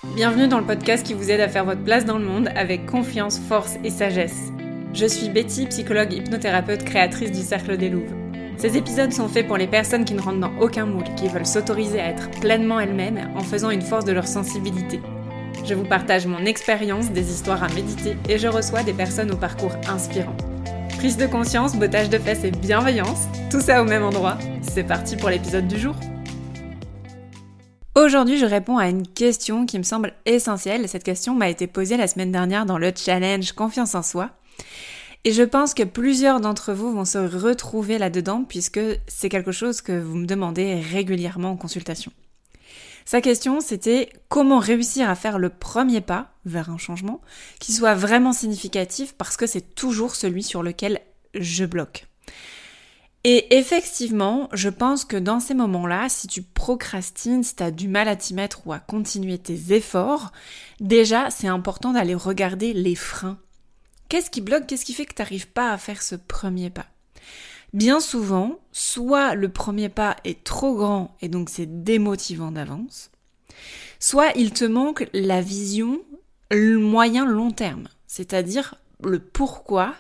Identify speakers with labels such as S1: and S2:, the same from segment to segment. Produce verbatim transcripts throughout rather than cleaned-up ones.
S1: Bienvenue dans le podcast qui vous aide à faire votre place dans le monde avec confiance, force et sagesse. Je suis Betty, psychologue hypnothérapeute créatrice du Cercle des Louves. Ces épisodes sont faits pour les personnes qui ne rentrent dans aucun moule, qui veulent s'autoriser à être pleinement elles-mêmes en faisant une force de leur sensibilité. Je vous partage mon expérience, des histoires à méditer et je reçois des personnes au parcours inspirant. Prise de conscience, bottage de fesses et bienveillance, tout ça au même endroit. C'est parti pour l'épisode du jour. Aujourd'hui, je réponds à une question qui me semble essentielle. Cette question m'a été posée la semaine dernière dans le challenge Confiance en soi. Et je pense que plusieurs d'entre vous vont se retrouver là-dedans puisque c'est quelque chose que vous me demandez régulièrement en consultation. Sa question, c'était comment réussir à faire le premier pas vers un changement qui soit vraiment significatif parce que c'est toujours celui sur lequel je bloque. Et effectivement, je pense que dans ces moments-là, si tu procrastines, si tu as du mal à t'y mettre ou à continuer tes efforts, déjà, c'est important d'aller regarder les freins. Qu'est-ce qui bloque? Qu'est-ce qui fait que tu n'arrives pas à faire ce premier pas? Bien souvent, soit le premier pas est trop grand et donc c'est démotivant d'avance, soit il te manque la vision moyen-long terme, c'est-à-dire le pourquoi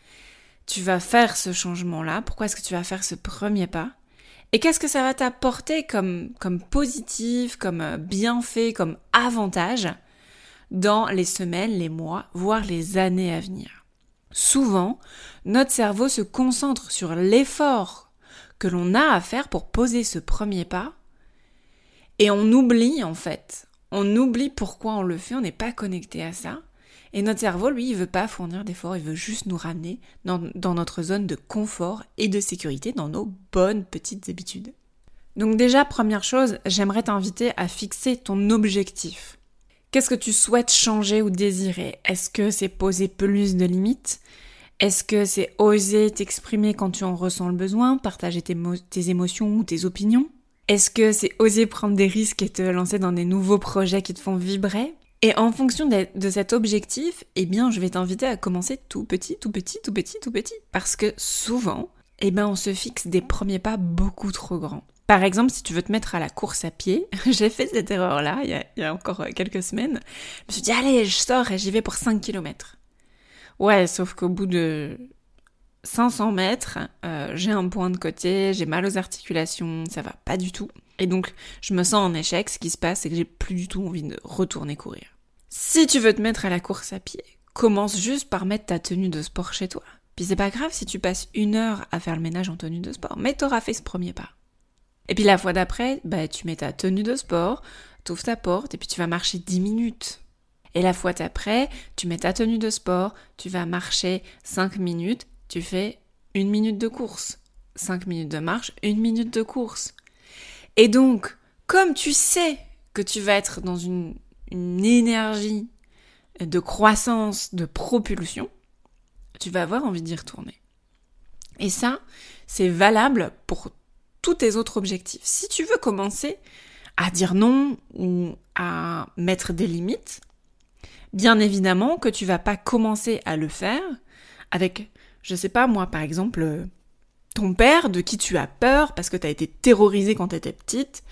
S1: tu vas faire ce changement-là, pourquoi est-ce que tu vas faire ce premier pas, et qu'est-ce que ça va t'apporter comme, comme positif, comme bienfait, comme avantage dans les semaines, les mois, voire les années à venir. Souvent, notre cerveau se concentre sur l'effort que l'on a à faire pour poser ce premier pas, et on oublie en fait, on oublie pourquoi on le fait, on n'est pas connecté à ça. Et notre cerveau, lui, il veut pas fournir d'efforts, il veut juste nous ramener dans, dans notre zone de confort et de sécurité, dans nos bonnes petites habitudes. Donc déjà, première chose, j'aimerais t'inviter à fixer ton objectif. Qu'est-ce que tu souhaites changer ou désirer? Est-ce que c'est poser plus de limites? Est-ce que c'est oser t'exprimer quand tu en ressens le besoin, partager tes, mo- tes émotions ou tes opinions? Est-ce que c'est oser prendre des risques et te lancer dans des nouveaux projets qui te font vibrer? Et en fonction de, de cet objectif, eh bien, je vais t'inviter à commencer tout petit, tout petit, tout petit, tout petit. Parce que souvent, eh ben, on se fixe des premiers pas beaucoup trop grands. Par exemple, si tu veux te mettre à la course à pied, j'ai fait cette erreur-là il y a, il y a encore quelques semaines. Je me suis dit, allez, je sors et j'y vais pour cinq kilomètres. Ouais, sauf qu'au bout de cinq cents mètres, euh, j'ai un point de côté, j'ai mal aux articulations, ça va pas du tout. Et donc, je me sens en échec. Ce qui se passe, c'est que j'ai plus du tout envie de retourner courir. Si tu veux te mettre à la course à pied, commence juste par mettre ta tenue de sport chez toi. Puis c'est pas grave si tu passes une heure à faire le ménage en tenue de sport, mais t'auras fait ce premier pas. Et puis la fois d'après, bah, tu mets ta tenue de sport, t'ouvres ta porte et puis tu vas marcher dix minutes. Et la fois d'après, tu mets ta tenue de sport, tu vas marcher cinq minutes, tu fais une minute de course. cinq minutes de marche, une minute de course. Et donc, comme tu sais que tu vas être dans une, une énergie de croissance, de propulsion, tu vas avoir envie d'y retourner. Et ça, c'est valable pour tous tes autres objectifs. Si tu veux commencer à dire non ou à mettre des limites, bien évidemment que tu vas pas commencer à le faire avec, je sais pas moi, par exemple, ton père, de qui tu as peur parce que tu as été terrorisée quand tu étais petite,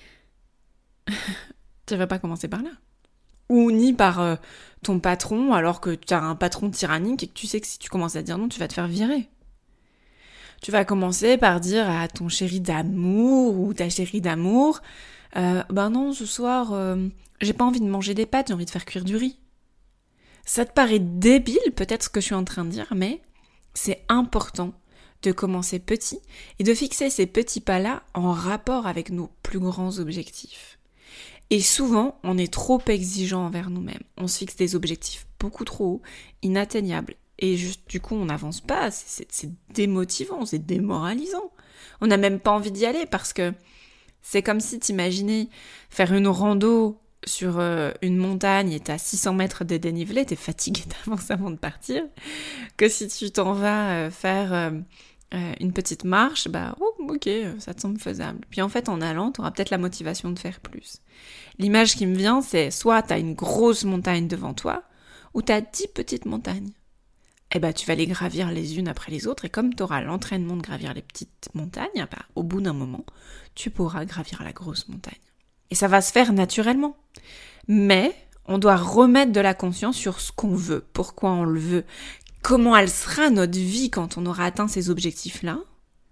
S1: tu vas pas commencer par là. Ou ni par euh, ton patron, alors que tu as un patron tyrannique et que tu sais que si tu commences à dire non, tu vas te faire virer. Tu vas commencer par dire à ton chéri d'amour ou ta chérie d'amour, euh, ben non, ce soir, euh, j'ai pas envie de manger des pâtes, j'ai envie de faire cuire du riz. Ça te paraît débile, peut-être ce que je suis en train de dire, mais c'est important de commencer petit et de fixer ces petits pas-là en rapport avec nos plus grands objectifs. Et souvent, on est trop exigeant envers nous-mêmes. On se fixe des objectifs beaucoup trop hauts, inatteignables. Et juste, du coup, on n'avance pas. C'est, c'est, c'est démotivant, c'est démoralisant. On n'a même pas envie d'y aller parce que c'est comme si t'imaginais faire une rando sur euh, une montagne et t'as six cents mètres de dénivelé, t'es fatigué d'avance avant de partir, que si tu t'en vas euh, faire euh, euh, une petite marche, bah oh, ok, ça te semble faisable. Puis en fait, en allant, t'auras peut-être la motivation de faire plus. L'image qui me vient, c'est soit t'as une grosse montagne devant toi, ou t'as dix petites montagnes. Eh ben, tu vas les gravir les unes après les autres, et comme t'auras l'entraînement de gravir les petites montagnes, bah, au bout d'un moment, tu pourras gravir la grosse montagne. Et ça va se faire naturellement. Mais on doit remettre de la conscience sur ce qu'on veut, pourquoi on le veut, comment elle sera notre vie quand on aura atteint ces objectifs-là.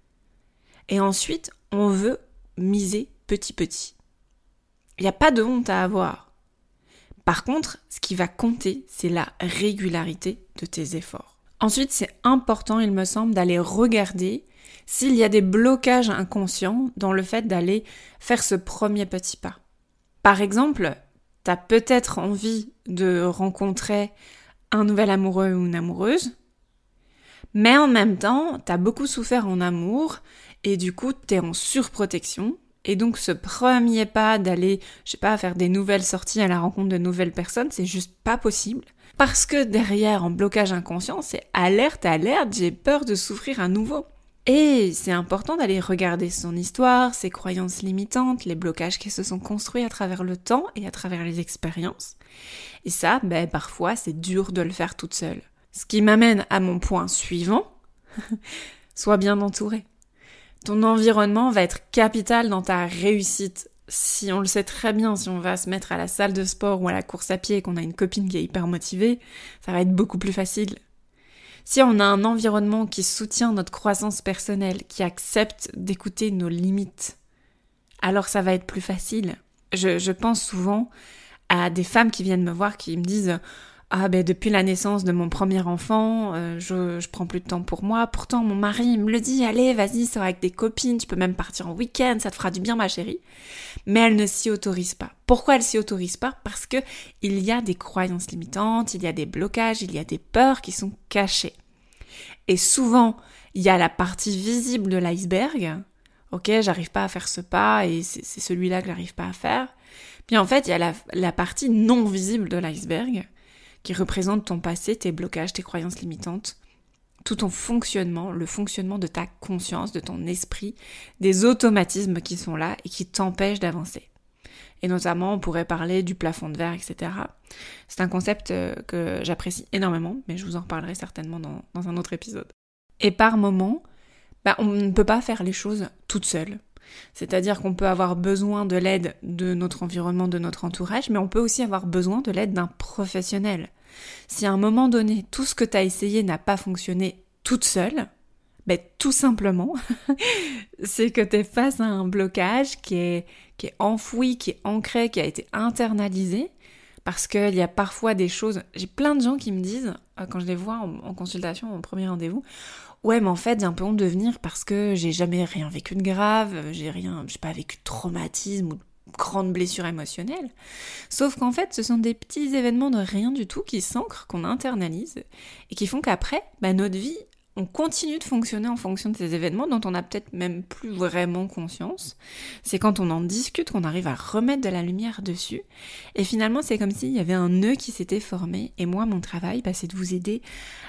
S1: Et ensuite, on veut miser petit petit. Il n'y a pas de honte à avoir. Par contre, ce qui va compter, c'est la régularité de tes efforts. Ensuite, c'est important, il me semble, d'aller regarder s'il y a des blocages inconscients dans le fait d'aller faire ce premier petit pas. Par exemple, tu as peut-être envie de rencontrer un nouvel amoureux ou une amoureuse, mais en même temps, tu as beaucoup souffert en amour et du coup, tu es en surprotection. Et donc, ce premier pas d'aller, je sais pas, faire des nouvelles sorties à la rencontre de nouvelles personnes, c'est juste pas possible. Parce que derrière, en blocage inconscient, c'est alerte, alerte, j'ai peur de souffrir à nouveau. Et c'est important d'aller regarder son histoire, ses croyances limitantes, les blocages qui se sont construits à travers le temps et à travers les expériences. Et ça, ben, parfois, c'est dur de le faire toute seule. Ce qui m'amène à mon point suivant, sois bien entouré. Ton environnement va être capital dans ta réussite. Si on le sait très bien, si on va se mettre à la salle de sport ou à la course à pied et qu'on a une copine qui est hyper motivée, ça va être beaucoup plus facile. Si on a un environnement qui soutient notre croissance personnelle, qui accepte d'écouter nos limites, alors ça va être plus facile. Je, je pense souvent à des femmes qui viennent me voir qui me disent « Ah ben depuis la naissance de mon premier enfant, euh, je, je prends plus de temps pour moi. Pourtant mon mari il me le dit, allez vas-y sors avec des copines, tu peux même partir en week-end, ça te fera du bien ma chérie. » Mais elle ne s'y autorise pas. Pourquoi elle s'y autorise pas ? Parce que il y a des croyances limitantes, il y a des blocages, il y a des peurs qui sont cachées. Et souvent il y a la partie visible de l'iceberg. Ok, j'arrive pas à faire ce pas et c'est, c'est celui-là que j'arrive pas à faire. Puis en fait il y a la, la partie non visible de l'iceberg, qui représente ton passé, tes blocages, tes croyances limitantes, tout ton fonctionnement, le fonctionnement de ta conscience, de ton esprit, des automatismes qui sont là et qui t'empêchent d'avancer. Et notamment, on pourrait parler du plafond de verre, et cetera. C'est un concept que j'apprécie énormément, mais je vous en reparlerai certainement dans, dans un autre épisode. Et par moment, bah, on ne peut pas faire les choses toute seule. C'est-à-dire qu'on peut avoir besoin de l'aide de notre environnement, de notre entourage, mais on peut aussi avoir besoin de l'aide d'un professionnel. Si à un moment donné, tout ce que tu as essayé n'a pas fonctionné toute seule, ben, tout simplement, c'est que tu es face à un blocage qui est, qui est enfoui, qui est ancré, qui a été internalisé, parce qu'il y a parfois des choses... J'ai plein de gens qui me disent, quand je les vois en, en consultation, en premier rendez-vous, ouais, mais en fait, j'ai un peu honte de venir parce que j'ai jamais rien vécu de grave, j'ai rien, j'ai pas vécu de traumatisme ou de grande blessure émotionnelle. Sauf qu'en fait, ce sont des petits événements de rien du tout qui s'ancrent, qu'on internalise et qui font qu'après, bah, notre vie, on continue de fonctionner en fonction de ces événements dont on n'a peut-être même plus vraiment conscience. C'est quand on en discute qu'on arrive à remettre de la lumière dessus. Et finalement, c'est comme s'il y avait un nœud qui s'était formé. Et moi, mon travail, bah, c'est de vous aider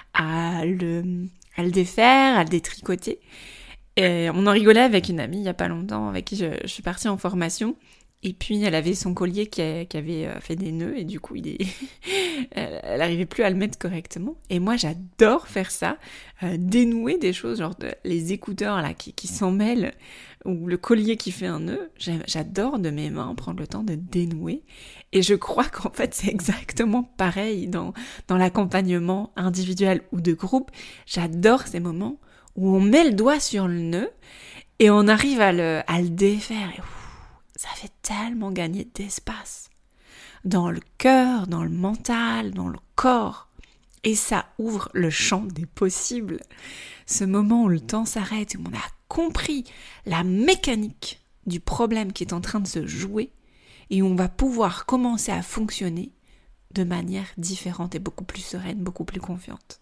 S1: à le... à le défaire, à le détricoter. Et on en rigolait avec une amie il y a pas longtemps, avec qui je, je suis partie en formation. Et puis elle avait son collier qui, a, qui avait fait des nœuds et du coup il est elle, elle arrivait plus à le mettre correctement. Et moi j'adore faire ça, euh, dénouer des choses, genre de, les écouteurs là qui, qui s'en mêlent ou le collier qui fait un nœud. J'adore de mes mains prendre le temps de dénouer. Et je crois qu'en fait c'est exactement pareil dans, dans l'accompagnement individuel ou de groupe. J'adore ces moments où on met le doigt sur le nœud et on arrive à le, à le défaire. Et, ouf, ça fait tellement gagner d'espace dans le cœur, dans le mental, dans le corps. Et ça ouvre le champ des possibles. Ce moment où le temps s'arrête, où on a compris la mécanique du problème qui est en train de se jouer et où on va pouvoir commencer à fonctionner de manière différente et beaucoup plus sereine, beaucoup plus confiante.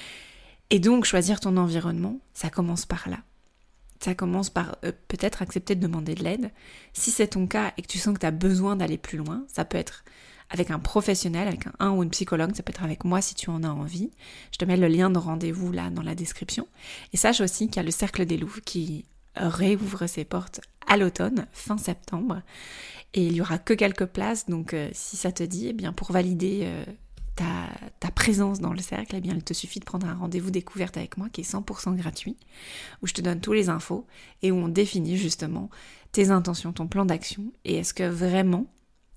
S1: Et donc, choisir ton environnement, ça commence par là. Ça commence par euh, peut-être accepter de demander de l'aide. Si c'est ton cas et que tu sens que tu as besoin d'aller plus loin, ça peut être avec un professionnel, avec un, un ou une psychologue, ça peut être avec moi si tu en as envie. Je te mets le lien de rendez-vous là dans la description. Et sache aussi qu'il y a le Cercle des Louvres qui réouvre ses portes à l'automne, fin septembre. Et il y aura que quelques places, donc euh, si ça te dit, eh bien pour valider... Euh, Ta, ta présence dans le cercle, eh bien, il te suffit de prendre un rendez-vous découverte avec moi qui est cent pour cent gratuit, où je te donne tous les infos et où on définit justement tes intentions, ton plan d'action et est-ce que vraiment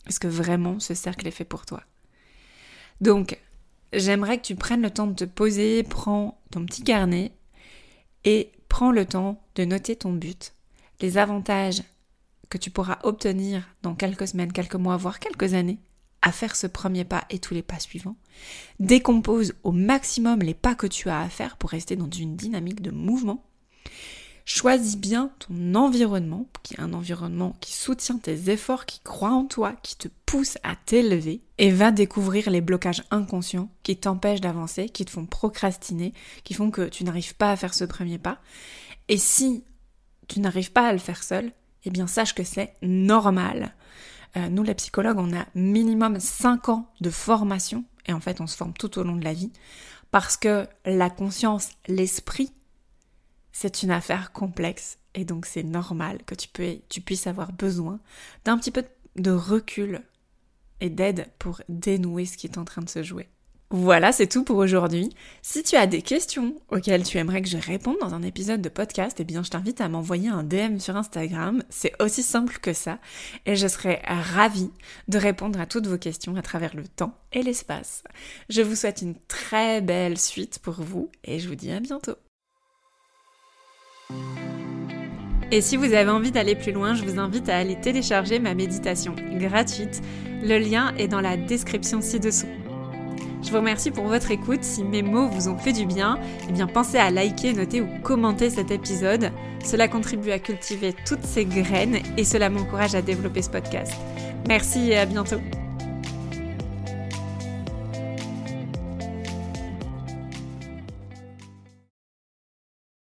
S1: Est-ce que vraiment ce cercle est fait pour toi? Donc, j'aimerais que tu prennes le temps de te poser, prends ton petit carnet et prends le temps de noter ton but, les avantages que tu pourras obtenir dans quelques semaines, quelques mois, voire quelques années à faire ce premier pas et tous les pas suivants. Décompose au maximum les pas que tu as à faire pour rester dans une dynamique de mouvement. Choisis bien ton environnement, qui est un environnement qui soutient tes efforts, qui croit en toi, qui te pousse à t'élever, et va découvrir les blocages inconscients qui t'empêchent d'avancer, qui te font procrastiner, qui font que tu n'arrives pas à faire ce premier pas. Et si tu n'arrives pas à le faire seul, eh bien sache que c'est normal. Euh, nous les psychologues, on a minimum cinq ans de formation, et en fait on se forme tout au long de la vie, parce que la conscience, l'esprit, c'est une affaire complexe et donc c'est normal que tu, peux, tu puisses avoir besoin d'un petit peu de recul et d'aide pour dénouer ce qui est en train de se jouer. Voilà, c'est tout pour aujourd'hui. Si tu as des questions auxquelles tu aimerais que je réponde dans un épisode de podcast, eh bien je t'invite à m'envoyer un D M sur Instagram. C'est aussi simple que ça et je serai ravie de répondre à toutes vos questions à travers le temps et l'espace. Je vous souhaite une très belle suite pour vous et je vous dis à bientôt. Et si vous avez envie d'aller plus loin, je vous invite à aller télécharger ma méditation gratuite. Le lien est dans la description ci-dessous. Je vous remercie pour votre écoute. Si mes mots vous ont fait du bien, eh bien pensez à liker, noter ou commenter cet épisode. Cela contribue à cultiver toutes ces graines et cela m'encourage à développer ce podcast. Merci et à bientôt.